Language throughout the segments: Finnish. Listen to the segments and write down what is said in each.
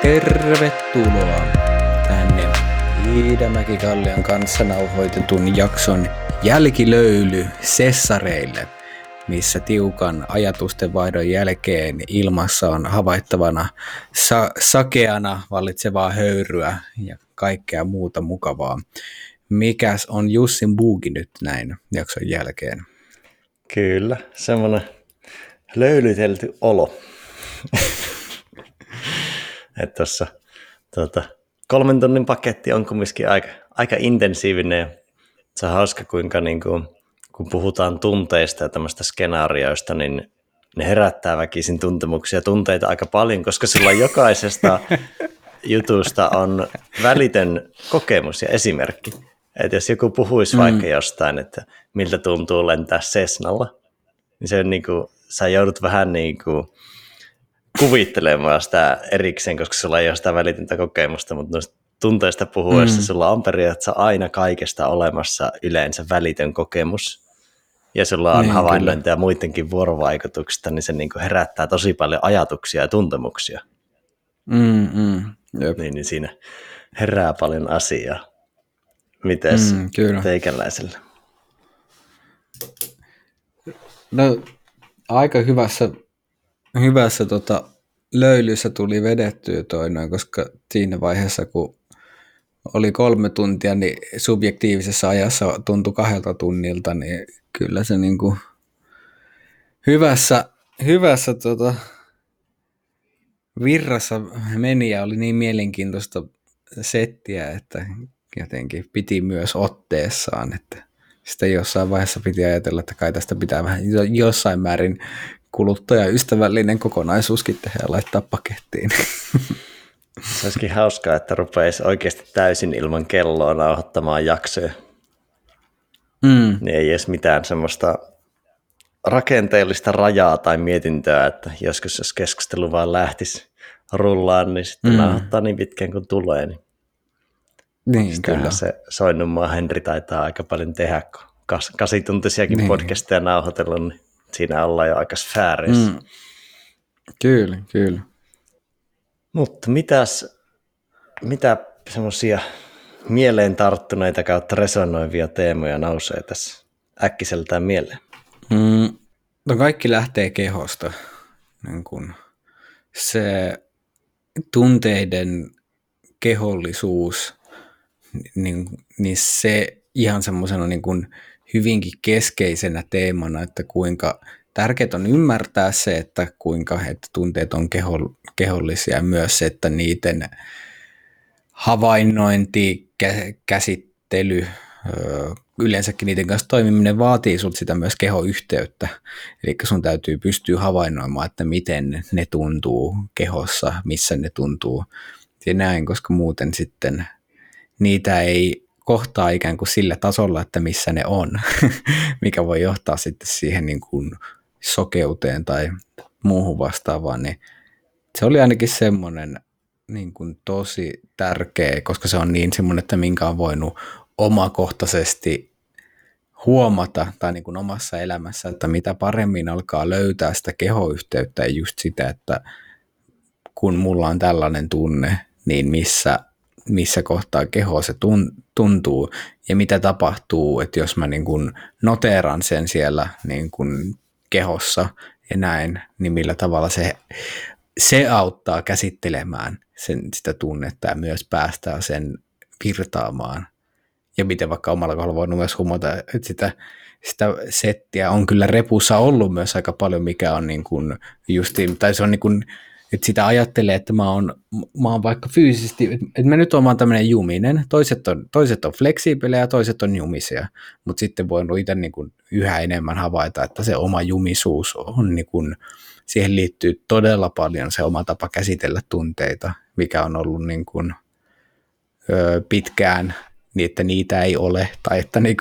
Tervetuloa tänne Iidamäki-Kallion kanssa nauhoitetun jakson jälkilöyly sessareille, missä tiukan ajatustenvaihdon jälkeen ilmassa on havaittavana sakeana vallitsevaa höyryä ja kaikkea muuta mukavaa. Mikäs on Jussin buugi nyt näin jakson jälkeen? Kyllä, semmoinen löylytelty olo. Että tuossa 3 tunnin paketti on kumminkin aika intensiivinen ja se on hauska, kuinka kun puhutaan tunteista ja tämmöistä skenaarioista, niin ne herättää väkisin tuntemuksia ja tunteita aika paljon, koska sillä jokaisesta jutusta on välitön kokemus ja esimerkki. Että jos joku puhuisi vaikka jostain, että miltä tuntuu lentää Cessnalla, niin se on sä joudut vähän kuvittelemaan sitä erikseen, koska sulla ei ole sitä välitöntä kokemusta, mutta noista tunteista puhuessa sulla on periaatteessa aina kaikesta olemassa yleensä välitön kokemus, ja sulla on havainnointia muidenkin vuorovaikutuksista, niin se herättää tosi paljon ajatuksia ja tuntemuksia. Niin siinä herää paljon asiaa. Mites teikäläisellä? No, aika hyvässä löylyssä tuli vedettyä toinen, koska siinä vaiheessa, kun oli 3 tuntia, niin subjektiivisessa ajassa tuntui 2 tunnilta, niin kyllä se hyvässä virrassa meni ja oli niin mielenkiintoista settiä, että jotenkin piti myös otteessaan, että sitä jossain vaiheessa piti ajatella, että kai tästä pitää vähän jossain määrin kuluttajaystävällinen kokonaisuuskin tehdä ja laittaa pakettiin. Se olisikin hauskaa, että rupeisi oikeasti täysin ilman kelloa nauhoittamaan jaksoja. Niin ei edes mitään semmoista rakenteellista rajaa tai mietintöä, että joskus jos keskustelu vaan lähtisi rullaan, niin sitten nauhoittaa niin pitkään kuin tulee. Niin kyllä se Soinnunmaa Henri taitaa aika paljon tehdä, kun 8-tuntisiakin podcasteja nauhoitellut, niin siinä ollaan jo aika sfääreissä. Kyllä. Mutta mitä semmoisia mieleen tarttuneita kautta resonoivia teemoja nousee tässä äkkiseltään mieleen? No kaikki lähtee kehosta. Niin kun se tunteiden kehollisuus, niin se ihan semmoisena niin kuin hyvinkin keskeisenä teemana, että kuinka tärkeää on ymmärtää se, että että tunteet on kehollisia ja myös se, että niiden havainnointi, käsittely, yleensäkin niiden kanssa toimiminen vaatii sulta sitä myös kehoyhteyttä. Eli sun täytyy pystyä havainnoimaan, että miten ne tuntuu kehossa, missä ne tuntuu ja näin, koska muuten sitten niitä ei kohtaa ikään kuin sillä tasolla, että missä ne on, mikä voi johtaa sitten siihen niin kuin sokeuteen tai muuhun vastaavaan, niin se oli ainakin semmoinen niin kuin tosi tärkeä, koska se on niin semmoinen, että minkä on voinut omakohtaisesti huomata tai niin kuin omassa elämässä, että mitä paremmin alkaa löytää sitä kehoyhteyttä ja just sitä, että kun mulla on tällainen tunne, niin missä kohtaa kehoa se tuntuu ja mitä tapahtuu, että jos mä niin kuin noteeran sen siellä niin kuin kehossa ja näin, niin millä tavalla se auttaa käsittelemään sitä tunnetta ja myös päästää sen virtaamaan. Ja miten vaikka omalla kohdalla voinut myös huomata, että sitä settiä on kyllä repussa ollut myös aika paljon, mikä on niin kuin justiin, tai se on niin kuin, että sitä ajattelee, että mä oon vaikka fyysisesti, että mä nyt oon vaan tämmöinen juminen, toiset on fleksiibelejä ja toiset on jumisia, mutta sitten voin itse niin kuin yhä enemmän havaita, että se oma jumisuus on niin kuin, siihen liittyy todella paljon se oma tapa käsitellä tunteita, mikä on ollut niin kuin, pitkään niin, että niitä ei ole, tai että ne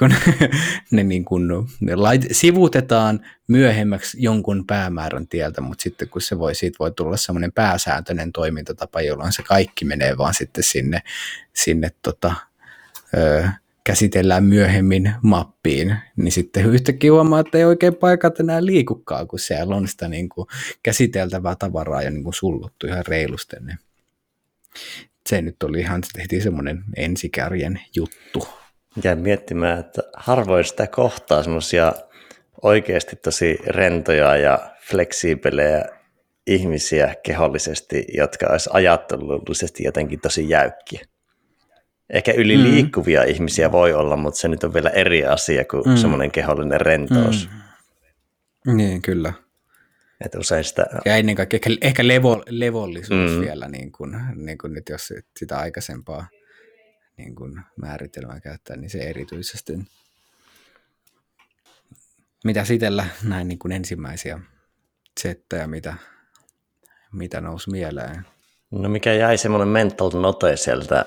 sivuutetaan myöhemmäksi jonkun päämäärän tieltä, mutta sitten kun siitä voi tulla semmoinen pääsääntöinen toimintatapa, jolloin se kaikki menee vaan sitten sinne käsitellään myöhemmin mappiin, niin sitten yhtäkkiä huomaa, että ei oikein paikat enää liikukaan, kun siellä on sitä niin kuin käsiteltävää tavaraa jo niin kuin sullottu ihan reilusti. Se nyt oli ihan, se tehtiin semmoinen ensikärjen juttu. Jäin miettimään, että harvoin sitä kohtaa semmoisia oikeasti tosi rentoja ja fleksiibelejä ihmisiä kehollisesti, jotka olisi ajattelullisesti jotenkin tosi jäykkiä. Ehkä yliliikkuvia ihmisiä voi olla, mutta se nyt on vielä eri asia kuin semmoinen kehollinen rentous. Niin, kyllä. Että usein sitä... Ja ennen kaikkea ehkä levollisuus vielä, niin kuin nyt jos sitä aikaisempaa niin kuin määritelmää käyttää, niin se erityisesti. Mitä itsellä näin niin kuin ensimmäisiä settejä, mitä nousi mieleen? No mikä jäi semmoinen mental note sieltä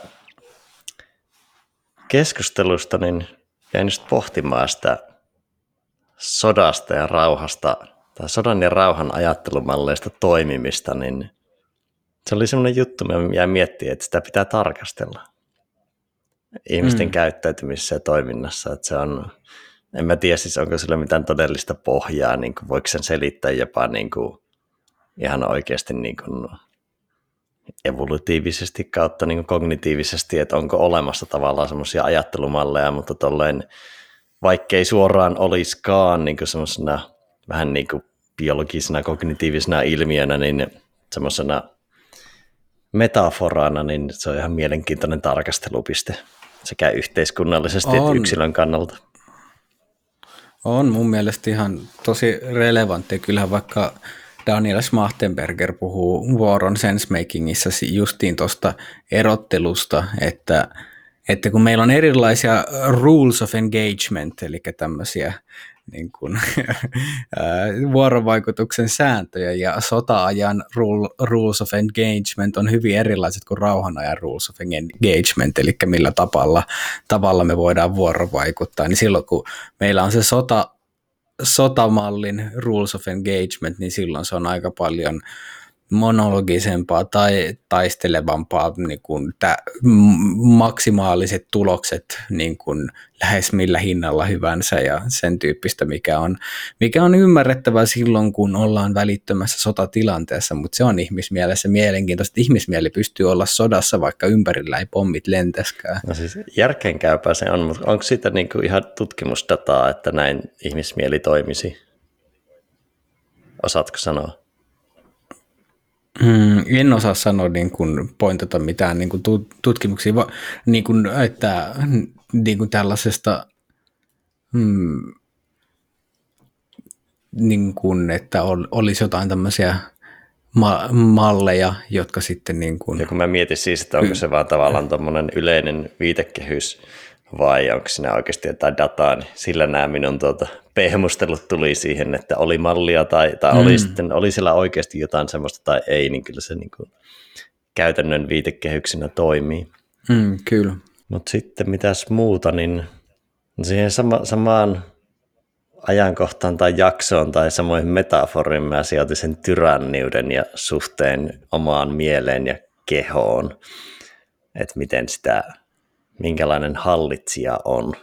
keskustelusta, niin jäin just pohtimaan sitä sodasta ja rauhasta, tai sodan ja rauhan ajattelumalleista toimimista, niin se oli semmoinen juttu, mä jäin miettimään, että sitä pitää tarkastella ihmisten käyttäytymisessä ja toiminnassa, että se on, en mä tiedä siis onko sillä mitään todellista pohjaa, niin kuin voiko sen selittää jopa niin kuin ihan oikeasti niin kuin evolutiivisesti kautta niin kuin kognitiivisesti, että onko olemassa tavallaan semmoisia ajattelumalleja, mutta tolleen vaikkei suoraan olisikaan niin kuin semmoisena vähän niin kuin biologisena, kognitiivisena ilmiönä, niin semmoisena metaforana, niin se on ihan mielenkiintoinen tarkastelupiste sekä yhteiskunnallisesti että yksilön kannalta. On mun mielestä ihan tosi relevantti. Kyllähän vaikka Daniel Schmachtenberger puhuu War on Sensemakingissa justiin tuosta erottelusta, että kun meillä on erilaisia rules of engagement, eli tämmöisiä niin kuin, vuorovaikutuksen sääntöjä, ja sota-ajan rules of engagement on hyvin erilaiset kuin rauhanajan rules of engagement, eli millä tavalla me voidaan vuorovaikuttaa. Niin silloin kun meillä on se sotamallin rules of engagement, niin silloin se on aika paljon monologisempaa tai taistelevampaa, niin kuin maksimaaliset tulokset niin kuin lähes millä hinnalla hyvänsä ja sen tyyppistä, mikä on ymmärrettävää silloin, kun ollaan välittömässä sotatilanteessa, mutta se on ihmismielessä mielenkiintoista, että ihmismieli pystyy olla sodassa, vaikka ympärillä ei pommit lentäskään. No siis järkeenkäypää se on, mutta onko siitä niin kuin ihan tutkimusdataa, että näin ihmismieli toimisi? Osaatko sanoa? En osaa sanoa niin kuin pointata mitään niin kuin tutkimuksia, niin kuin, että niin kuin tällaisesta, niin kuin, että olisi jotain tämmöisiä malleja, jotka sitten niin kuin... Ja kun mä mietin siis, että onko se vaan tavallaan tuommoinen yleinen viitekehys vai onko siinä oikeasti jotain dataa, niin sillä nämä minun pehmustelut tuli siihen, että oli mallia tai oli siellä oikeasti jotain semmoista tai ei, niin kyllä se niin kuin käytännön viitekehyksenä toimii. Kyllä. Mutta sitten mitäs muuta, niin siihen samaan ajankohtaan tai jaksoon tai samoihin metaforiin mä sijoitin sen tyranniuden ja suhteen omaan mieleen ja kehoon, että miten sitä, minkälainen hallitsija on.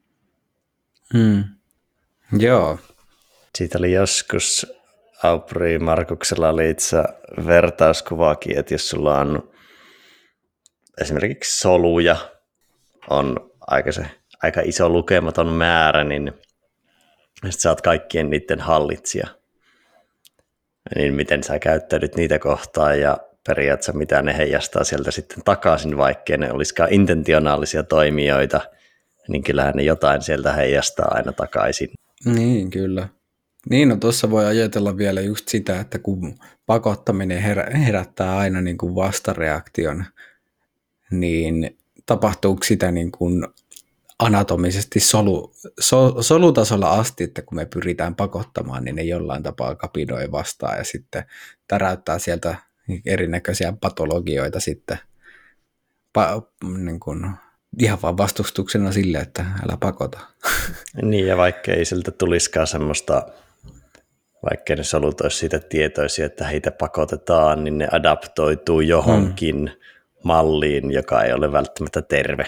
Joo. Siitä oli joskus Aubrey Markuksella oli itse vertauskuvaakin, että jos sulla on esimerkiksi soluja, on aika iso lukematon määrä, niin sitten sä oot kaikkien niiden hallitsija. Niin miten sä käyttäydyt niitä kohtaan ja periaatteessa mitä ne heijastaa sieltä sitten takaisin, vaikkei ne olisikaan intentionaalisia toimijoita, niin kyllähän ne jotain sieltä heijastaa aina takaisin. Niin, kyllä. Niin, no tuossa voi ajatella vielä just sitä, että kun pakottaminen herättää aina niin kuin vastareaktion, niin tapahtuuko sitä niin kuin anatomisesti solutasolla asti, että kun me pyritään pakottamaan, niin ne jollain tapaa kapinoi vastaan ja sitten täräyttää sieltä erinäköisiä patologioita sitten niin kuin ihan vaan vastustuksena sille, että älä pakota. Niin, ja vaikka ei siltä tulisikaan semmoista, vaikka ne solut olisi siitä tietoisia, että heitä pakotetaan, niin ne adaptoituu johonkin malliin, joka ei ole välttämättä terve.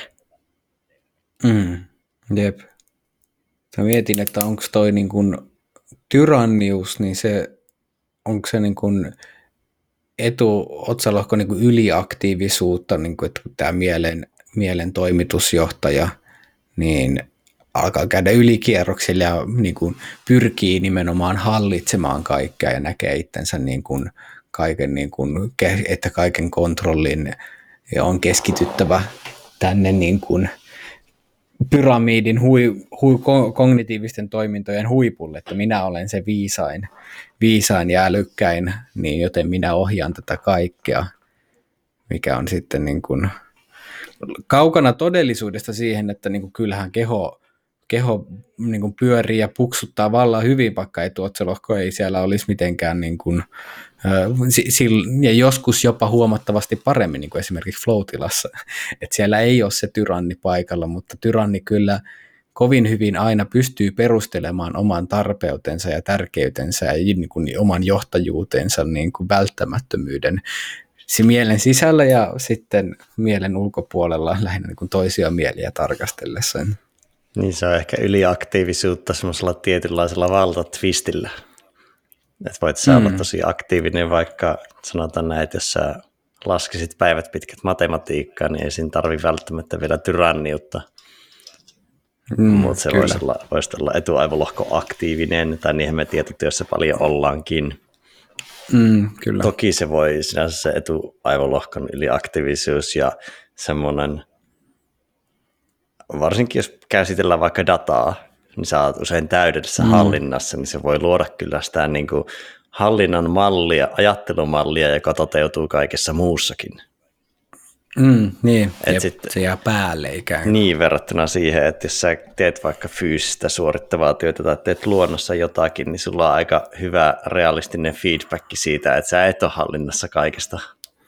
Jep. Mä mietin, että onko toi niin kuin tyrannius, niin onko se niin kuin etuotsalohko niin kuin yliaktiivisuutta, niin kuin, että tämä mielen toimitusjohtaja niin alkaa käydä ylikierroksilla ja niin kuin pyrkii nimenomaan hallitsemaan kaikkea ja näkee itsensä niin kuin kaiken, niin kuin, että kaiken kontrollin on keskityttävä tänne niin kuin pyramidin kognitiivisten toimintojen huipulle, että minä olen se viisain ja älykkäin, niin joten minä ohjaan tätä kaikkea, mikä on sitten niin kuin kaukana todellisuudesta siihen, että niin kuin kyllähän keho niin kuin pyörii ja puksuttaa vallan hyvin, vaikka etuotsalohko ei siellä olisi mitenkään niin kuin, ja joskus jopa huomattavasti paremmin, niin kuin esimerkiksi flow-tilassa, että siellä ei ole se tyranni paikalla, mutta tyranni kyllä kovin hyvin aina pystyy perustelemaan oman tarpeutensa ja tärkeytensä ja niin kuin oman johtajuutensa niin kuin välttämättömyyden mielen sisällä ja sitten mielen ulkopuolella lähinnä niin kuin toisia mieliä tarkastellessa. Niin se on ehkä yliaktiivisuutta semmoisella tietynlaisella valtatvistillä. Että voit sä olla tosi aktiivinen, vaikka sanotaan näin, että jos sä laskisit päivät pitkät matematiikkaa, niin ei siinä tarvitse välttämättä vielä tyranniutta. Mutta se voisi olla etuaivolohko aktiivinen, tai niinhän me tietotyössä paljon ollaankin. Kyllä. Toki se voi sinänsä se etuaivolohkon yliaktiivisuus ja semmoinen, varsinkin jos käsitellään vaikka dataa, niin sä oot usein täydellisessä hallinnassa, niin se voi luoda kyllä sitä niin kuin hallinnan mallia, ajattelumallia, joka toteutuu kaikessa muussakin. Niin, se jää päälle ikään kuin. Niin, verrattuna siihen, että jos sä teet vaikka fyysistä suorittavaa työtä tai teet luonnossa jotakin, niin sulla on aika hyvä realistinen feedback siitä, että sä et ole hallinnassa kaikesta.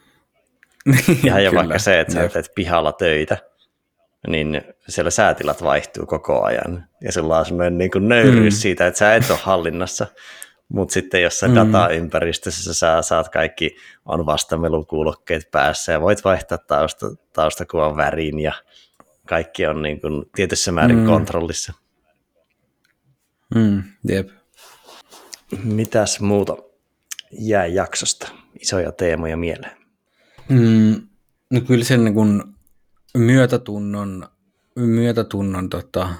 Ihan jo vaikka se, että sä teet pihalla töitä, niin siellä säätilat vaihtuu koko ajan. Ja sulla on sellainen niin kuin nöyryys siitä, että sä et ole hallinnassa. Mutta sitten jossain dataympäristössä sä saat kaikki, on vastamelukuulokkeet päässä ja voit vaihtaa taustakuvan värin ja kaikki on niin kuin tietyssä määrin kontrollissa. Jep. Mitäs muuta jäi jaksosta? Isoja teemoja mieleen. No kyllä sen niin kuin myötätunnon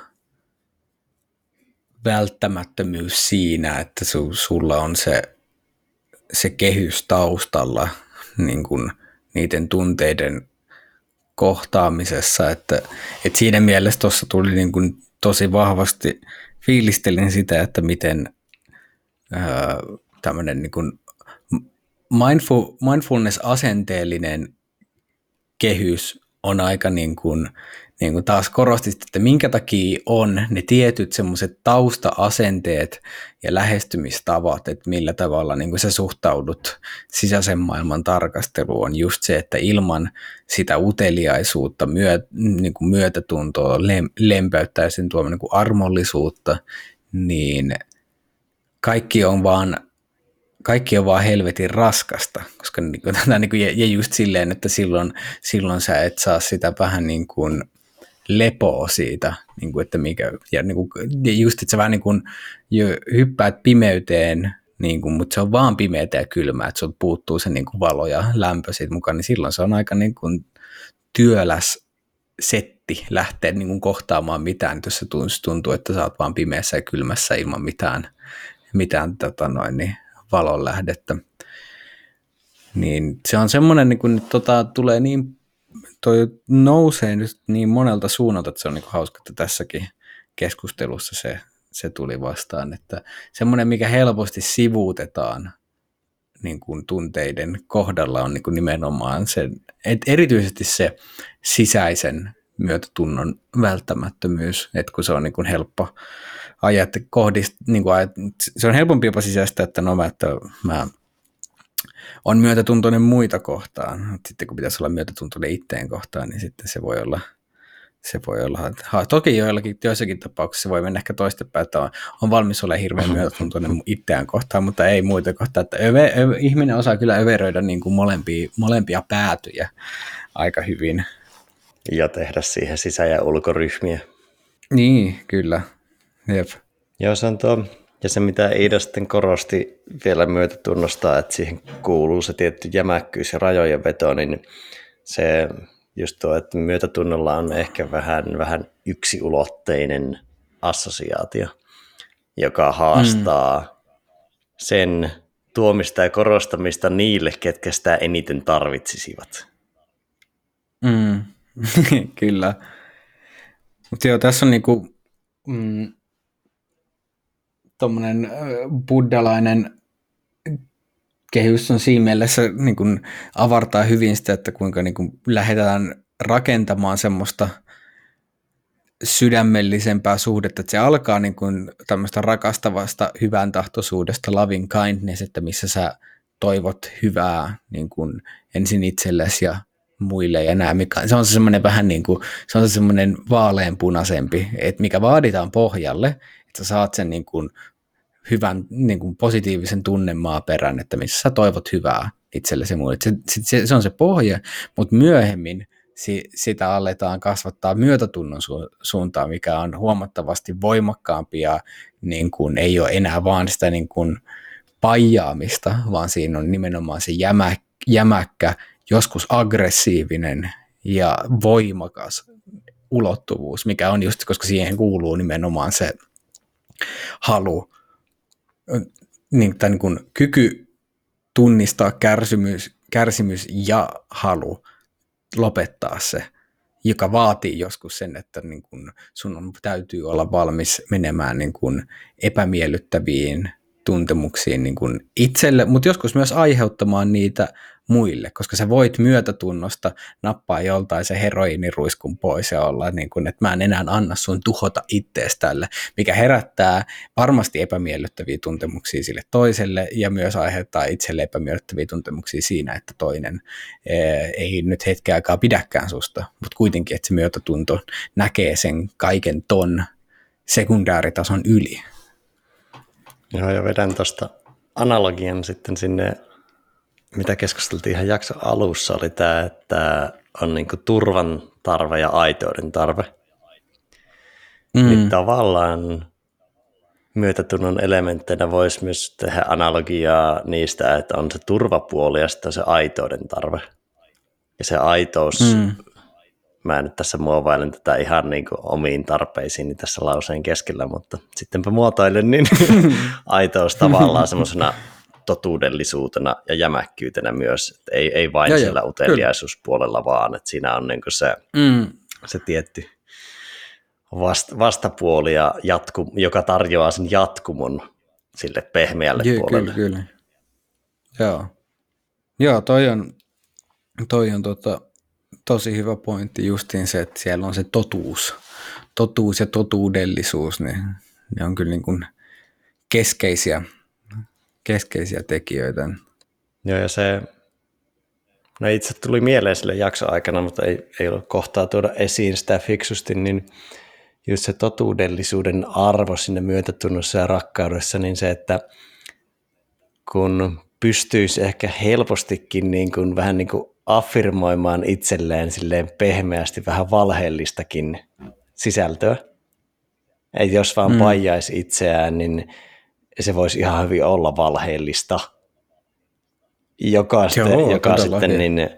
välttämättömyys siinä, että sulla on se kehys taustalla niin kuin niiden tunteiden kohtaamisessa, että siinä mielessä tuossa tuli niin kuin tosi vahvasti fiilistelin sitä, että miten tämmöinen niin kuin mindfulness-asenteellinen kehys on aika niin kuin taas korostit, että minkä takia on ne tietyt semmoiset tausta-asenteet ja lähestymistavat, että millä tavalla niin kuin sä suhtaudut sisäisen maailman tarkasteluun, on just se, että ilman sitä uteliaisuutta, niin kuin myötätuntoa, lempeyttä ja sen tuomaan niin kuin armollisuutta, niin kaikki on vaan helvetin raskasta, koska ja just silleen, että silloin sä et saa sitä vähän niin kuin lepoa siitä, niin kuin, että mikä, ja just, että sä vähän niin kuin hyppäät pimeyteen, niin kuin, mutta se on vaan pimeätä ja kylmää, että sulta puuttuu se niin kuin valo ja lämpö siitä mukaan, niin silloin se on aika niin kuin työläs setti lähteä niin kuin kohtaamaan mitään, jos se tuntuu, että sä oot vaan pimeässä ja kylmässä ilman mitään valonlähdettä. Niin se on semmoinen, niin kun tulee niin, toi nousee nyt niin monelta suunnalta, että se on niin hauska, että tässäkin keskustelussa se tuli vastaan, että semmoinen, mikä helposti sivuutetaan niin kuin tunteiden kohdalla on niin kuin nimenomaan se, erityisesti se sisäisen myötätunnon välttämättömyys, että kun se on niin kuin helppo se on helpompi jopa sisäistä, että mä on myötätuntoinen muita kohtaan, mutta sitten kun pitäisi olla myötätuntoinen itteen kohtaan, niin sitten se voi olla toki joissakin tapauksissa se voi mennä ehkä toistepäin, että on valmis olemaan hirveän myötätuntoinen itseään kohtaan, mutta ei muita kohtaan, että ihminen osaa kyllä överöidä niin kuin molempia päätyjä aika hyvin. Ja tehdä siihen sisä- ja ulkoryhmiä. Niin, kyllä. Jep. Joo, se on Ja se, mitä Iida sitten korosti vielä myötätunnosta, että siihen kuuluu se tietty jämäkkyys ja rajojen veto, niin se just tuo, että myötätunnolla on ehkä vähän yksiulotteinen assosiaatio, joka haastaa sen tuomista ja korostamista niille, ketkä sitä eniten tarvitsisivat. Kyllä. Mutta joo, tässä on niinku tuommoinen buddhalainen kehys on siinä mielessä niin kuin avartaa hyvin sitä, että kuinka niin kuin lähdetään rakentamaan semmoista sydämellisempää suhdetta, että se alkaa niin kuin tämmöistä rakastavasta hyvän tahtoisuudesta, loving kindness, että missä sä toivot hyvää niin kuin ensin itsellesi ja muille ja nämä, se on se semmoinen vähän niin kuin, se on se semmoinen vaaleanpunaisempi, että mikä vaaditaan pohjalle, että sä saat sen niin kuin hyvän niin kuin positiivisen tunnemaaperän, että missä sä toivot hyvää itsellesi ja muille. Se on se pohja, mutta myöhemmin sitä aletaan kasvattaa myötätunnon suuntaan, mikä on huomattavasti voimakkaampi ja niin kuin, ei ole enää vaan sitä niin kuin paijaamista, vaan siinä on nimenomaan se jämäkkä, joskus aggressiivinen ja voimakas ulottuvuus, mikä on just, koska siihen kuuluu nimenomaan se halu, niin kuin kyky tunnistaa kärsimys ja halu lopettaa se, joka vaatii joskus sen, että niin kuin sun täytyy olla valmis menemään niin kuin epämiellyttäviin tuntemuksiin niin kuin itselle, mutta joskus myös aiheuttamaan niitä muille, koska sä voit myötätunnosta nappaa joltain se heroiiniruiskun pois ja olla niin kuin, että mä en enää anna sun tuhota ittees tälle, mikä herättää varmasti epämiellyttäviä tuntemuksia sille toiselle ja myös aiheuttaa itselle epämiellyttäviä tuntemuksia siinä, että toinen ei nyt hetken aikaa pidäkään susta, mutta kuitenkin, että se myötätunto näkee sen kaiken ton sekundääritason yli. Joo, ja vedän tuosta analogian sitten sinne, mitä keskusteltiin ihan jakson alussa, oli tämä, että on niinku turvan tarve ja aitouden tarve. Niin tavallaan myötätunnon elementteinä voisi myös tehdä analogiaa niistä, että on se turvapuoli ja sitten on se aitouden tarve. Ja se aitous, mä nyt tässä muovailen tätä ihan niin kuin omiin tarpeisiini tässä lauseen keskellä, mutta sittenpä muotoilen, niin aitous tavallaan semmoisena totuudellisuutena ja jämäkkyytenä myös, että ei vain sillä uteliaisuuspuolella vaan, että siinä on niin kuin se tietty vastapuoli ja joka tarjoaa sen jatkumon sille pehmeälle puolelle. Kyllä. Joo, toi on tosi hyvä pointti justiin se, että siellä on se totuus ja totuudellisuus, ne on kyllä niin kuin keskeisiä tekijöitä. Joo, ja se, no itse tuli mieleen sille jakson aikana, mutta ei ole kohtaa tuoda esiin sitä fiksusti, niin just se totuudellisuuden arvo siinä myötätunnossa ja rakkaudessa, niin se, että kun pystyisi ehkä helpostikin niin kuin, vähän niin kuin affirmoimaan itselleen silleen pehmeästi vähän valheellistakin sisältöä. Että jos vaan paijaisi itseään, niin se voisi ihan hyvin olla valheellista, joka sitten niin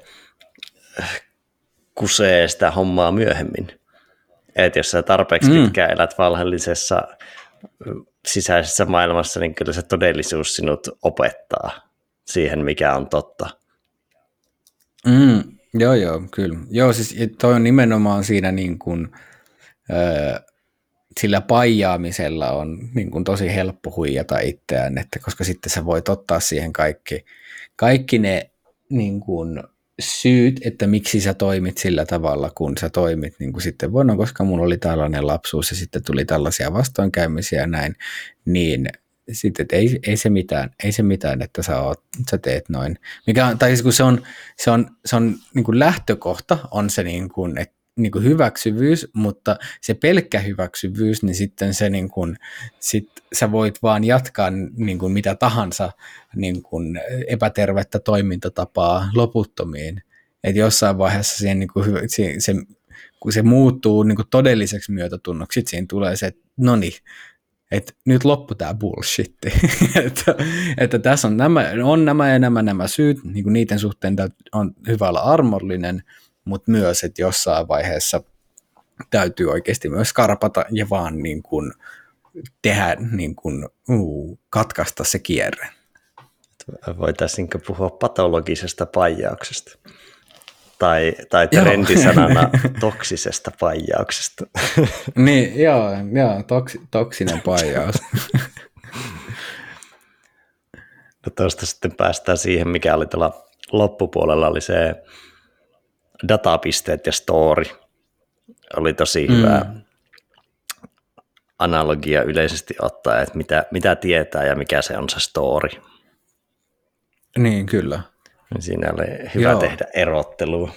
kusee sitä hommaa myöhemmin. Että jos sä tarpeeksi pitkään elät valheellisessa sisäisessä maailmassa, niin kyllä se todellisuus sinut opettaa siihen, mikä on totta. Joo, kyllä. Joo, siis toi on nimenomaan siinä niin kuin, sillä paijaamisella on niin kuin tosi helppo huijata itseään, että koska sitten sä voit ottaa siihen kaikki ne niin kuin syyt, että miksi sä toimit sillä tavalla, kun sä toimit, niin kuin sitten vuonna, koska mulla oli tällainen lapsuus ja sitten tuli tällaisia vastoinkäymisiä ja näin, niin sitten, että ei se mitään, että sä teet noin. Mikä on, tai siis kun se on niin kuin lähtökohta on se niin kuin, että niin kuin hyväksyvyys, mutta se pelkkä hyväksyvyys, niin sitten se niin kuin, sä voit vaan jatkaa niin kuin mitä tahansa niin kuin epätervettä toimintatapaa loputtomiin. Et jossain vaiheessa siihen, niin kuin, kun se muuttuu niin kuin todelliseksi myötätunnoksi, siinä tulee se, että no niin, että nyt loppu tämä bullshitti. että tässä on nämä ja nämä syyt, niin kuin niiden suhteen on hyvä olla armollinen, mutta myös, että jossain vaiheessa täytyy oikeasti myös karpata ja vaan niin kuin tehdä, niin kuin, katkaista se kierre. Voitaisiinko puhua patologisesta paijauksesta? Tai trendisanana toksisesta paijauksesta. Niin, joo, toksinen paijaus. No tuosta sitten päästään siihen, mikä oli tuolla loppupuolella, oli se datapisteet ja story. Oli tosi hyvä analogia yleisesti ottaen, että mitä tietää ja mikä se on se story. Niin, kyllä. Siinä oli hyvä tehdä erottelua.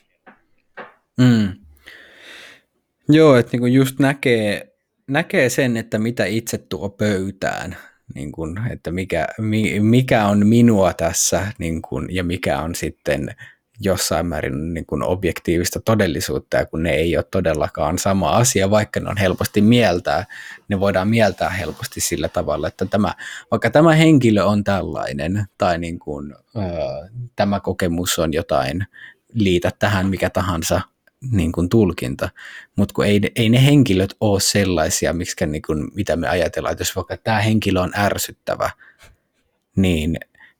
Joo, että niinku just näkee sen, että mitä itse tuo pöytään, niin kun, että mikä on minua tässä niin kun, ja mikä on sitten jossain määrin niin kun objektiivista todellisuutta, ja kun ne ei ole todellakaan sama asia, vaikka ne on helposti ne voidaan mieltää helposti sillä tavalla, että vaikka tämä henkilö on tällainen, tai niin kun, tämä kokemus on jotain, liitä tähän mikä tahansa niin kuin tulkinta, mutta kun ei ne henkilöt ole sellaisia, niin kuin, mitä me ajatellaan, että jos vaikka tämä henkilö on ärsyttävä, niin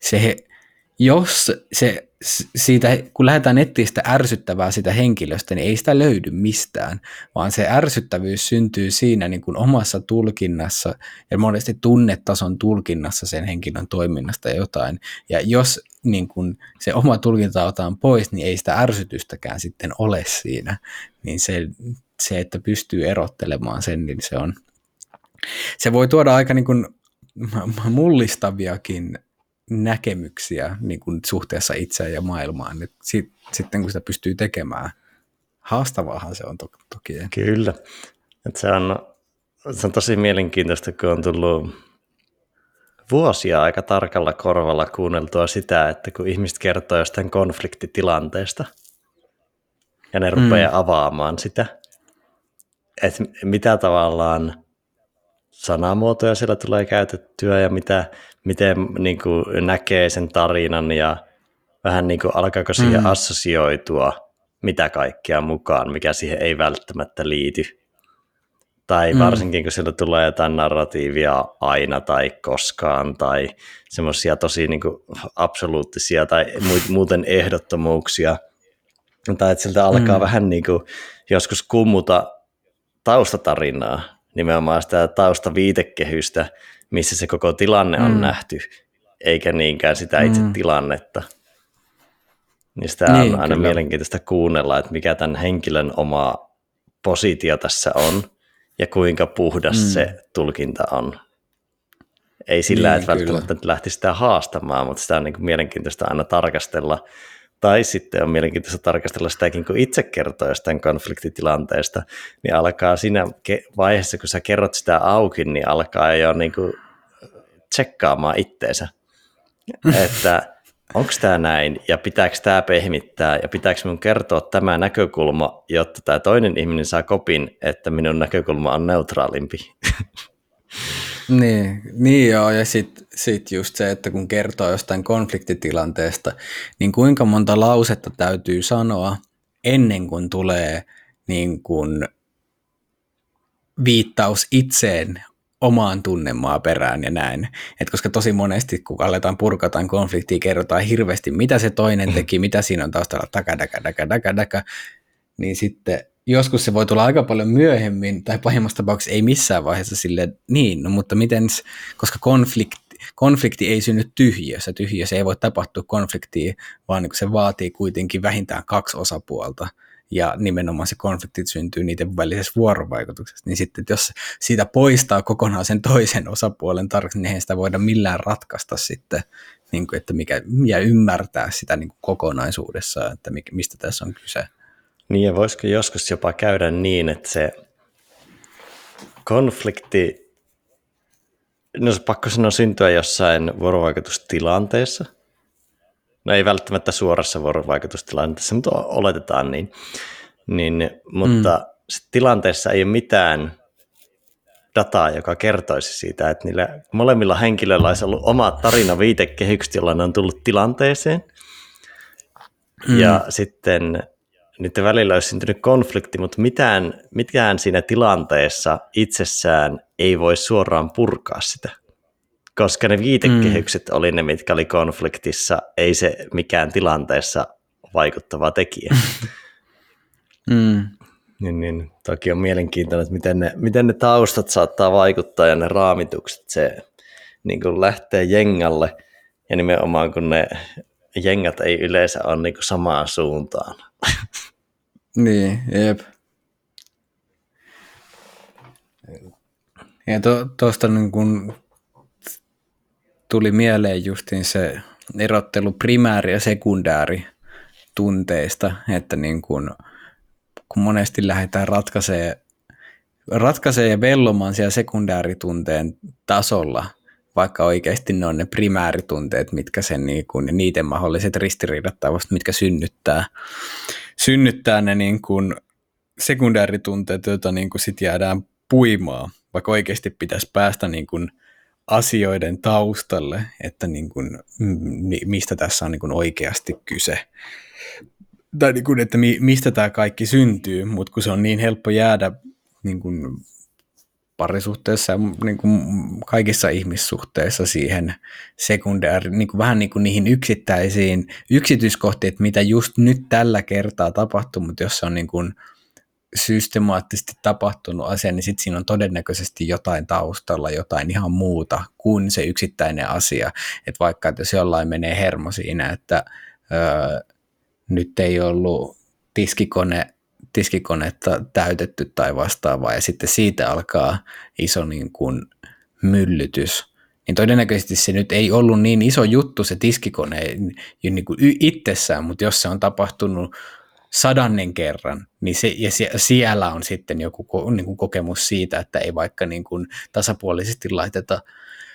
kun lähdetään etsiä sitä ärsyttävää sitä henkilöstä, niin ei sitä löydy mistään, vaan se ärsyttävyys syntyy siinä niin kuin omassa tulkinnassa ja monesti tunnetason tulkinnassa sen henkilön toiminnasta jotain. Ja jos niin kuin se oma tulkinta otetaan pois, niin ei sitä ärsytystäkään sitten ole siinä. Niin se että pystyy erottelemaan sen, niin se voi tuoda aika niin kuin mullistaviakin näkemyksiä niin kuin suhteessa itseään ja maailmaan. Sitten kun sitä pystyy tekemään, haastavaahan se on toki. Kyllä. Se on tosi mielenkiintoista, kun on tullut vuosia aika tarkalla korvalla kuunneltua sitä, että kun ihmiset kertoo jostain konfliktitilanteesta ja ne rupeaa avaamaan sitä, että mitä tavallaan sanamuotoja siellä tulee käytettyä ja miten niin kuin näkee sen tarinan ja vähän niin kuin alkaako siihen assosioitua mitä kaikkea mukaan, mikä siihen ei välttämättä liity. Tai varsinkin, kun sieltä tulee jotain narratiivia aina tai koskaan tai semmoisia tosi niin kuin absoluuttisia tai muuten ehdottomuuksia. Tai että sieltä alkaa vähän niin kuin joskus kummuta taustatarinaa, nimenomaan sitä taustaviitekehystä, missä se koko tilanne on nähty, eikä niinkään sitä itse tilannetta. Niin sitä on aina kyllä mielenkiintoista kuunnella, että mikä tämän henkilön oma positio tässä on ja kuinka puhdas se tulkinta on. Ei sillä, niin, että välttämättä lähtisi sitä haastamaan, mutta sitä on niin kuin mielenkiintoista aina tarkastella. Tai sitten on mielenkiintoista tarkastella sitäkin, kun itse kertoo jostain konfliktitilanteesta, niin alkaa siinä vaiheessa, kun sä kerrot sitä auki, niin alkaa jo niin kuin tsekkaamaan itteensä, että onko tämä näin, ja pitääkö tämä pehmittää, ja pitääkö minun kertoa tämä näkökulma, jotta tämä toinen ihminen saa kopin, että minun näkökulma on neutraalimpi. Niin joo, ja sit just se, että kun kertoo jostain konfliktitilanteesta, niin kuinka monta lausetta täytyy sanoa ennen kuin tulee niin kuin viittaus itseen omaan tunnemaaperään ja näin. Et koska tosi monesti, kun aletaan purkataan konfliktia, kerrotaan hirveästi, mitä se toinen teki, mitä siinä on taustalla, daka, niin sitten joskus se voi tulla aika paljon myöhemmin, tai pahimmassa tapauksessa ei missään vaiheessa silleen, niin, no mutta miten, koska konflikti ei synny tyhjiössä ei voi tapahtua konfliktia, vaan se vaatii kuitenkin vähintään 2 osapuolta, ja nimenomaan se konflikti syntyy niiden välisessä vuorovaikutuksessa, niin sitten jos siitä poistaa kokonaan sen toisen osapuolen tarkoitus, niin eihän sitä voida millään ratkaista sitten, niin kuin, että ja ymmärtää sitä niin kuin kokonaisuudessaan, että mistä tässä on kyse. Niin, ja voisiko joskus jopa käydä niin, että se konflikti, no se pakko sanoa syntyä jossain vuorovaikutustilanteessa, no ei välttämättä suorassa vuorovaikutustilanteessa, mutta oletetaan niin mutta tilanteessa ei ole mitään dataa, joka kertoisi siitä, että niillä molemmilla henkilöillä olisi ollut oma tarina viitekehykset, jolla ne on tullut tilanteeseen. Ja sitten niiden välillä olisi syntynyt konflikti, mutta mitään siinä tilanteessa itsessään ei voi suoraan purkaa sitä. Koska ne viitekehykset oli ne, mitkä oli konfliktissa, ei se mikään tilanteessa vaikuttava tekijä. Niin, toki on mielenkiintoinen, että miten ne taustat saattaa vaikuttaa ja ne raamitukset, se niin kuin lähtee jengalle ja nimenomaan kun ne jengat ei yleensä ole niin kuin samaan suuntaan. Niin, jep. Ja tuosta niin kun tuli mieleen justiin se erottelu primääri- ja sekundääritunteista, että niin kun monesti lähdetään ratkaisee ja vellomaan siellä sekundääritunteen tasolla, vaikka oikeasti ne on ne primääritunteet, mitkä sen niin kun, niiden mahdolliset ristiriidat tai vasta mitkä synnyttää ne niin kun sekundääritunteet, joita niin kun sit jäädään puimaan, vaikka oikeasti pitäisi päästä niin kun asioiden taustalle, että niin kun, mistä tässä on niin kun oikeasti kyse. Tai niin kun, että mistä tämä kaikki syntyy, mutta kun se on niin helppo jäädä niin kun parisuhteessa ja niin kun kaikissa ihmissuhteissa siihen niin kun vähän niin kuin niihin yksittäisiin yksityiskohtiin, että mitä just nyt tällä kertaa tapahtuu, mutta jos se on niin kun systemaattisesti tapahtunut asia, niin sitten siinä on todennäköisesti jotain taustalla, jotain ihan muuta kuin se yksittäinen asia. Että vaikka että jos jollain menee hermo siinä, että nyt ei ollut tiskikonetta täytetty tai vastaavaa, ja sitten siitä alkaa iso niin kuin myllytys, niin todennäköisesti se nyt ei ollut niin iso juttu se tiskikone niin kuin itsessään, mutta jos se on tapahtunut 100 kerran, niin siellä on sitten joku niin kuin kokemus siitä, että ei vaikka niin kuin tasapuolisesti laiteta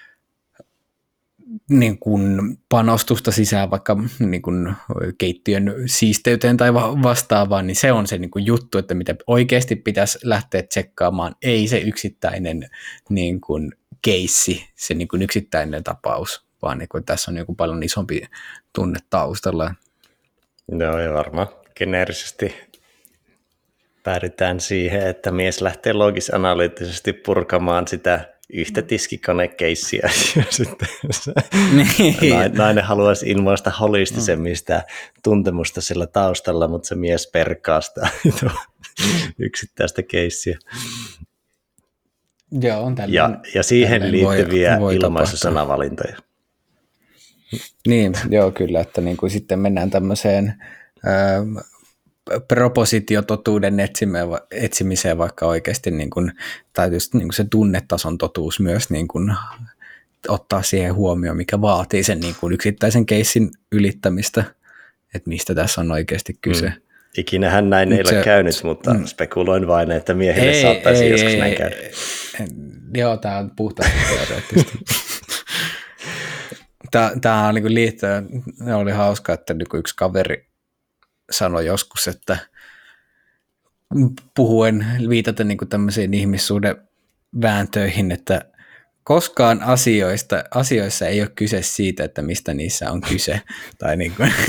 niin kuin panostusta sisään vaikka niin kuin keittiön siisteyteen tai vastaavaan, niin se on se niin kuin juttu, että mitä oikeasti pitäisi lähteä tsekkaamaan, ei se yksittäinen niin kuin keissi, se niin kuin yksittäinen tapaus, vaan niin kuin tässä on joku paljon isompi tunne taustalla. No ja varmaan geneerisesti päädytään siihen, että mies lähtee logis-analyyttisesti purkamaan sitä yhtä tiskikonekeissiä, ja sitten nainen haluaisi ilmaista holistisemmin sitä tuntemusta sillä taustalla, mutta se mies perkaa sitä yksittäistä keissiä. Joo, on ja siihen liittyviä ilmaisussanavalintoja. Niin, joo kyllä, että niin kuin sitten mennään tämmöiseen propositiototuuden etsimiseen, vaikka oikeasti niin kuin, tai just niin kuin se tunnetason totuus myös niin kuin ottaa siihen huomioon, mikä vaatii sen niin kuin yksittäisen keissin ylittämistä, että mistä tässä on oikeasti kyse. Ikinähän näin ei ole käynyt, mutta spekuloin vain, että miehille saattaisi joskus näin käydä. Joo, tämä on puhtaasti teoreettisesti. Tämä on niin liittyen, oli hauska, että yksi kaveri sanoi joskus, että viitaten niin tämmöisiin ihmissuhdevääntöihin, että koskaan asioissa ei ole kyse siitä, että mistä niissä on kyse. Tai niin kuin,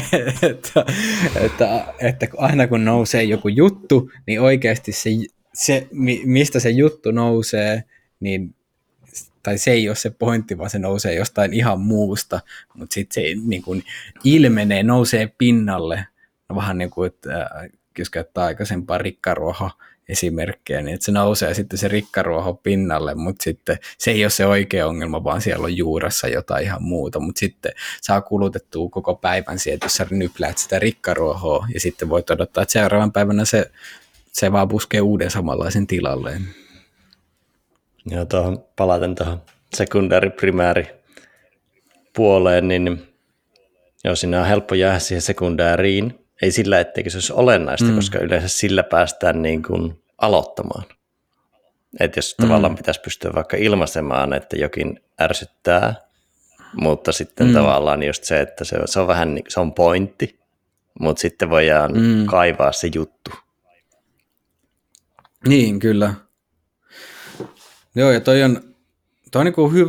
että aina kun nousee joku juttu, niin oikeasti se mistä se juttu nousee, niin tai se ei ole se pointti, vaan se nousee jostain ihan muusta, mutta sitten se niin kuin ilmenee, nousee pinnalle, vähän niin kuin, että jos käyttää aikaisempaa rikkaruoho-esimerkkejä, niin että se nousee sitten se rikkaruoho pinnalle, mutta sitten se ei ole se oikea ongelma, vaan siellä on juuressa jotain ihan muuta, mutta sitten saa kulutettua koko päivän sieltä, jos sä nypläät sitä rikkaruohoa, ja sitten voit odottaa, että seuraavan päivänä se vaan puskee uuden samanlaisen tilalleen. Joo, palaten tuohon sekundääri-primääri puoleen, niin joo, siinä on helppo jäädä siihen sekundääriin. Ei sillä, etteikö se olisi olennaista, koska yleensä sillä päästään niin kuin aloittamaan. Että jos tavallaan pitäisi pystyä vaikka ilmaisemaan, että jokin ärsyttää, mutta sitten tavallaan just se, että se on vähän se on pointti, mutta sitten voidaan kaivaa se juttu. Niin, kyllä. Joo, ja toi on niin kuin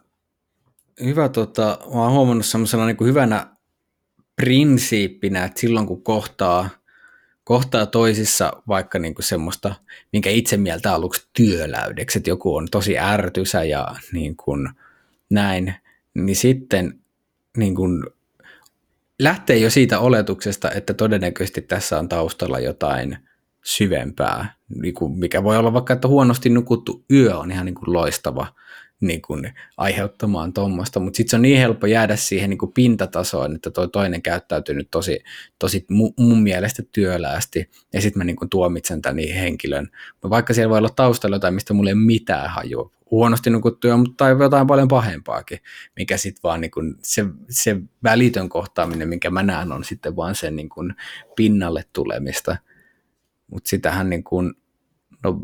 hyvä mä oon huomannut semmoisena niin kuin hyvänä prinsiippinä, että silloin kun kohtaa toisissa vaikka niin kuin semmoista, minkä itse mieltä aluksi työläydeksi, että joku on tosi ärtysä ja niin kuin näin, niin sitten niin kuin lähtee jo siitä oletuksesta, että todennäköisesti tässä on taustalla jotain syvempää, niin kuin mikä voi olla vaikka, että huonosti nukuttu yö on ihan niin kuin loistava niin kuin aiheuttamaan tuommoista, mutta sitten se on niin helppo jäädä siihen niin kuin pintatasoon, että toi toinen käyttäytyy nyt tosi mun mielestä työläästi, ja sitten mä niin kuin tuomitsen tämän henkilön. Vaikka siellä voi olla taustalla jotain, mistä mulla ei ole mitään hajua, huonosti nukuttuja, mutta jotain paljon pahempaakin, mikä sitten vaan niin kuin se välitön kohtaaminen, minkä mä näen, on sitten vaan sen niin kuin pinnalle tulemista. Mutta sitähän niin kuin, no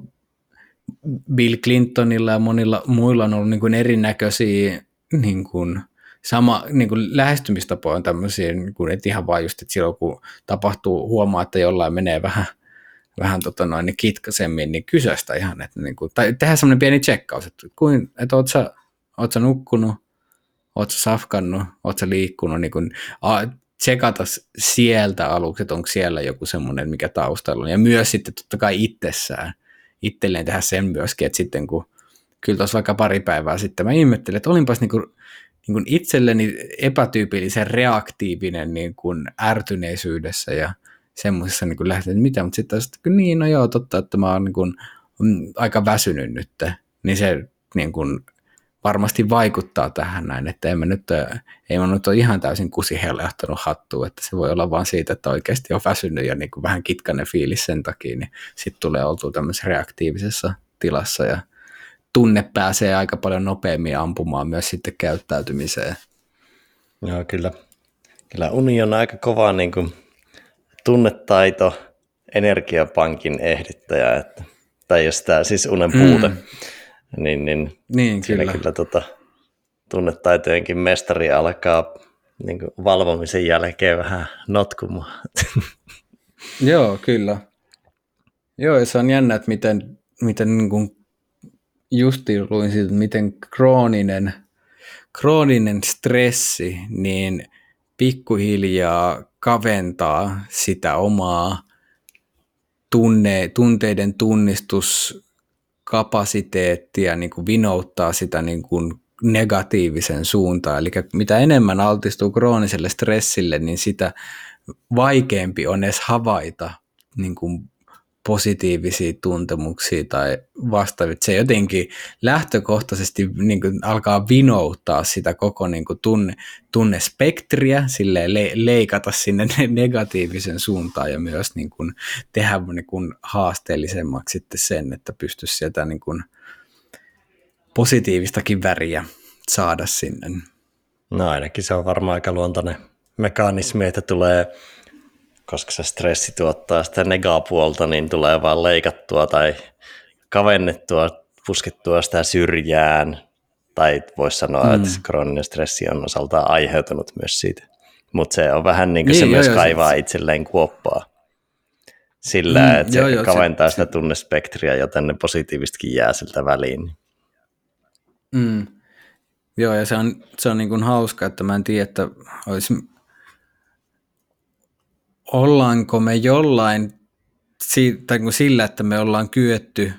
Bill Clintonilla ja monilla muilla on ollut niin kuin erinäköisiä niin kuin niin kuin lähestymistapoja on tämmöisiä, niin kuin, että ihan vaan just, että silloin kun tapahtuu, huomaa, että jollain menee vähän niin kitkasemmin, niin kysästä ihan, että niin kuin, tai tehdään semmoinen pieni tsekkaus, että oot sä nukkunut, oot sä safkannut, oot sä liikkunut, niin kuin, tsekata sieltä aluksi, että onko siellä joku semmoinen, mikä taustalla on, ja myös sitten totta kai itselleen tehdä sen myöskin, että sitten kun kyllä tuossa vaikka pari päivää sitten mä ihmettelin, että olinpas niin kuin itselleni epätyypillisen reaktiivinen niin kuin ärtyneisyydessä ja semmoisessa niin lähtenyt, että mitä, mutta sitten niin, no joo, totta, että mä oon niin kuin, aika väsynyt nyt, niin se niin kuin varmasti vaikuttaa tähän näin, että ei mä nyt ole ihan täysin kusihelehtanut hattua, että se voi olla vaan siitä, että oikeasti on väsynyt ja niin kuin vähän kitkainen fiilis sen takia, niin sitten tulee oltua tämmöisessä reaktiivisessa tilassa ja tunne pääsee aika paljon nopeammin ampumaan myös sitten käyttäytymiseen. Joo, kyllä. Kyllä uni on aika kova niin kuin tunnetaito, energiapankin ehdittäjä, tai jos tämä siis unen puute, niin siinä kyllä tunnetaitojenkin mestari alkaa niin kuin valvomisen jälkeen vähän notkumaan. Joo, kyllä. Joo, ja se on jännä, että miten niin kuin justiin luin siitä, miten krooninen stressi niin pikkuhiljaa kaventaa sitä omaa tunteiden tunnistuskapasiteettia, niin kuin vinouttaa sitä niin kuin negatiivisen suuntaan. Eli mitä enemmän altistuu krooniselle stressille, niin sitä vaikeampi on edes havaita niin kuin positiivisia tuntemuksia tai vastaavia. Se jotenkin lähtökohtaisesti niin kuin alkaa vinouttaa sitä koko niin kuin tunnespektriä, silleen leikata sinne negatiivisen suuntaan ja myös niin kuin tehdä niin kuin haasteellisemmaksi sitten sen, että pystyisi sieltä niin kuin positiivistakin väriä saada sinne. No ainakin se on varmaan aika luontainen mekanismi, että tulee, koska se stressi tuottaa sitä negapuolta, niin tulee vaan leikattua tai kavennettua, puskettua sitä syrjään, tai voisi sanoa, että krooninen stressi on osaltaan aiheutunut myös siitä. Mutta se on vähän niin kuin se myös kaivaa itselleen kuoppaa sillä, että se kaventaa sitä tunnespektriä, joten ne positiivistakin jää siltä väliin. Joo, ja se on niin kuin hauska, että mä en tiedä, että ollaanko me jollain tai sillä, että me ollaan kyetty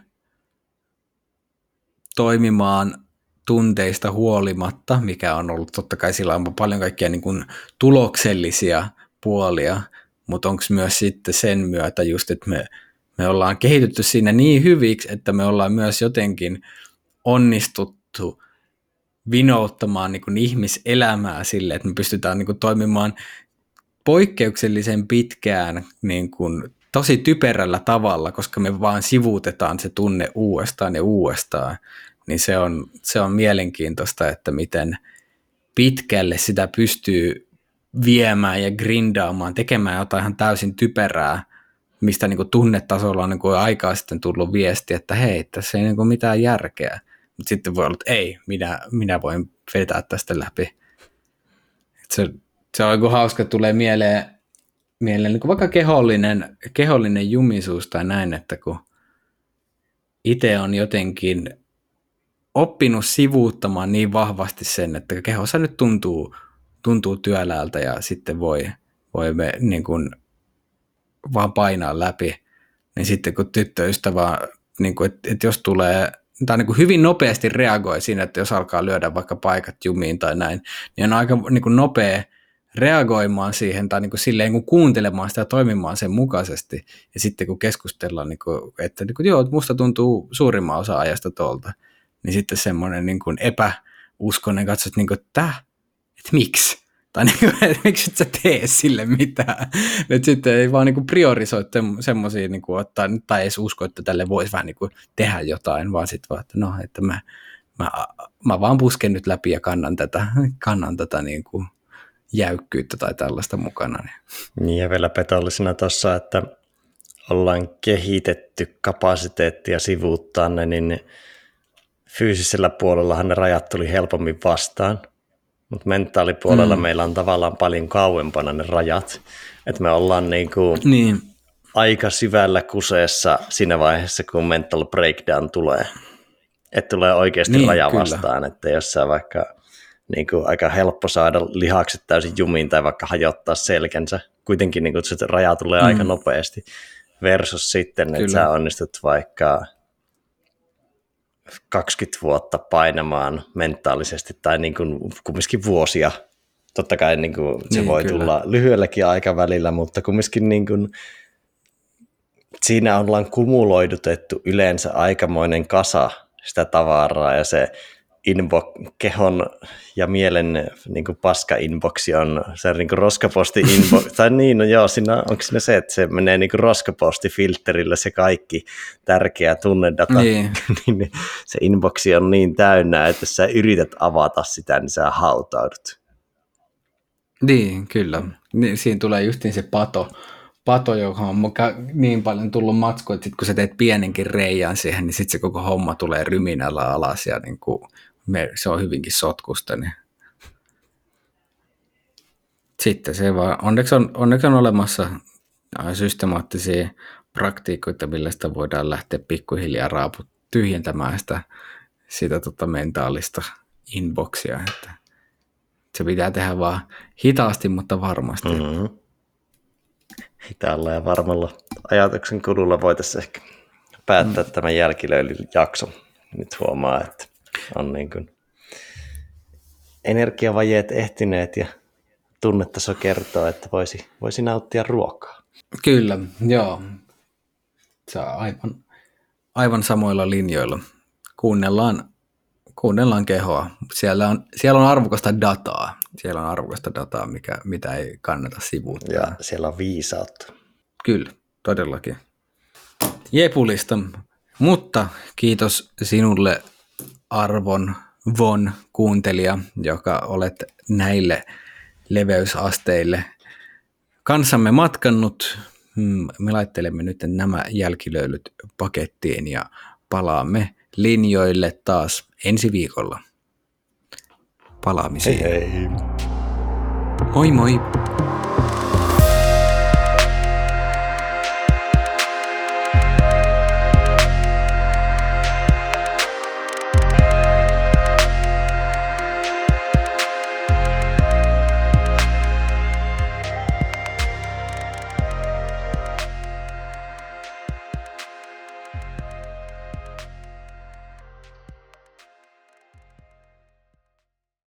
toimimaan tunteista huolimatta, mikä on ollut totta kai sillä on paljon kaikkia niin kuin tuloksellisia puolia, mutta onko myös sitten sen myötä just, että me ollaan kehitytty siinä niin hyviksi, että me ollaan myös jotenkin onnistuttu vinouttamaan niin kuin ihmiselämää sille, että me pystytään niin kuin toimimaan poikkeuksellisen pitkään niin kuin tosi typerällä tavalla, koska me vaan sivuutetaan se tunne uudestaan ja uudestaan, niin se on mielenkiintoista, että miten pitkälle sitä pystyy viemään ja grindaamaan, tekemään jotain ihan täysin typerää, mistä niin kuin tunnetasolla on niin kuin aikaa sitten tullut viesti, että hei, tässä ei niin kuin mitään järkeä. Mutta sitten voi olla, että ei, minä voin vetää tästä läpi. Se on niin hauska, että tulee mieleen niin kuin vaikka kehollinen jumisuus tai näin, että kun itse on jotenkin oppinut sivuuttamaan niin vahvasti sen, että kehossa nyt tuntuu työläältä ja sitten voi me niin kuin vaan painaa läpi, niin sitten kun tyttöystävä, niin kuin, että jos tulee, tai niin kuin hyvin nopeasti reagoi siinä, että jos alkaa lyödä vaikka paikat jumiin tai näin, niin on aika niin kuin nopea reagoimaan siihen tai niin kuin silleen niin kuin kuuntelemaan sitä ja toimimaan sen mukaisesti. Ja sitten kun keskustellaan, niin kuin, että niin kuin, joo, musta tuntuu suurimman osa ajasta tuolta, niin sitten semmoinen niin kuin epäuskonen katso, että, niin kuin, että miksi? Tai niin kuin, että miksi et sä tee sille mitään? Että sitten ei vaan niin kuin priorisoi semmoisia, niin kuin ottaa, tai edes usko, että tälle voisi vähän niin kuin tehdä jotain, vaan sitten vaan, että no, että mä vaan pusken nyt läpi ja kannan tätä niin kuin jäykkyyttä tai tällaista mukana. Niin ja vielä petollisena tuossa, että ollaan kehitetty kapasiteettia sivuuttaa ne, niin fyysisellä puolellahan ne rajat tuli helpommin vastaan, mutta mentaalipuolella meillä on tavallaan paljon kauempana ne rajat, että me ollaan niin. Aika syvällä kuseessa siinä vaiheessa, kun mental breakdown tulee, että tulee oikeasti raja kyllä vastaan, että jos sä vaikka niin kuin aika helppo saada lihakset täysin jumiin tai vaikka hajottaa selkänsä. Kuitenkin niin kuin se raja tulee aika nopeasti versus sitten, kyllä, että sä onnistut vaikka 20 vuotta painamaan mentaalisesti tai niin kuin kumminkin vuosia. Totta kai niin kuin se niin, voi kyllä tulla lyhyelläkin aikavälillä, mutta kumminkin niin kuin siinä ollaan kumuloidutettu yleensä aikamoinen kasa sitä tavaraa ja se kehon ja mielen niin kuin paska-inboxi on se niin kuin roskaposti-inbox, tai niin, no joo, onko siinä se, että se menee niin kuin roskaposti-filterillä se kaikki tärkeä tunnedata, niin se inboxi on niin täynnä, että jos sä yrität avata sitä, niin sä hautaudut. Niin, kyllä. Siinä tulee justiin se pato, joka on niin paljon tullut matsku, että sit kun sä teet pienenkin reijän siihen, niin sitten se koko homma tulee ryminällä alas ja niin kuin se on hyvinkin sotkusta. Niin. Sitten se vaan, onneksi on olemassa systemaattisia praktiikoita, millä sitä voidaan lähteä pikkuhiljaa tyhjentämään sitä mentaalista inboxia. Että se pitää tehdä vaan hitaasti, mutta varmasti. Mm-hmm. Hitaalla ja varmalla ajatuksen kululla voitaisiin ehkä päättää tämän jälkilöylyn jakson. Nyt huomaa, että on niin kuin energiavajeet ehtineet ja tunnetaso kertoo, että voisi nauttia ruokaa. Kyllä, joo. Se on aivan samoilla linjoilla. Kuunnellaan kehoa. Siellä on arvokasta dataa. Mitä ei kannata sivuuttaa. Ja siellä on viisautta. Kyllä, todellakin. Jepulista. Mutta kiitos sinulle Arvon Von kuuntelija, joka olet näille leveysasteille kanssamme matkannut. Me laittelemme nyt nämä jälkilöylyt pakettiin ja palaamme linjoille taas ensi viikolla. Palaamisiin. Hei hei. Moi moi.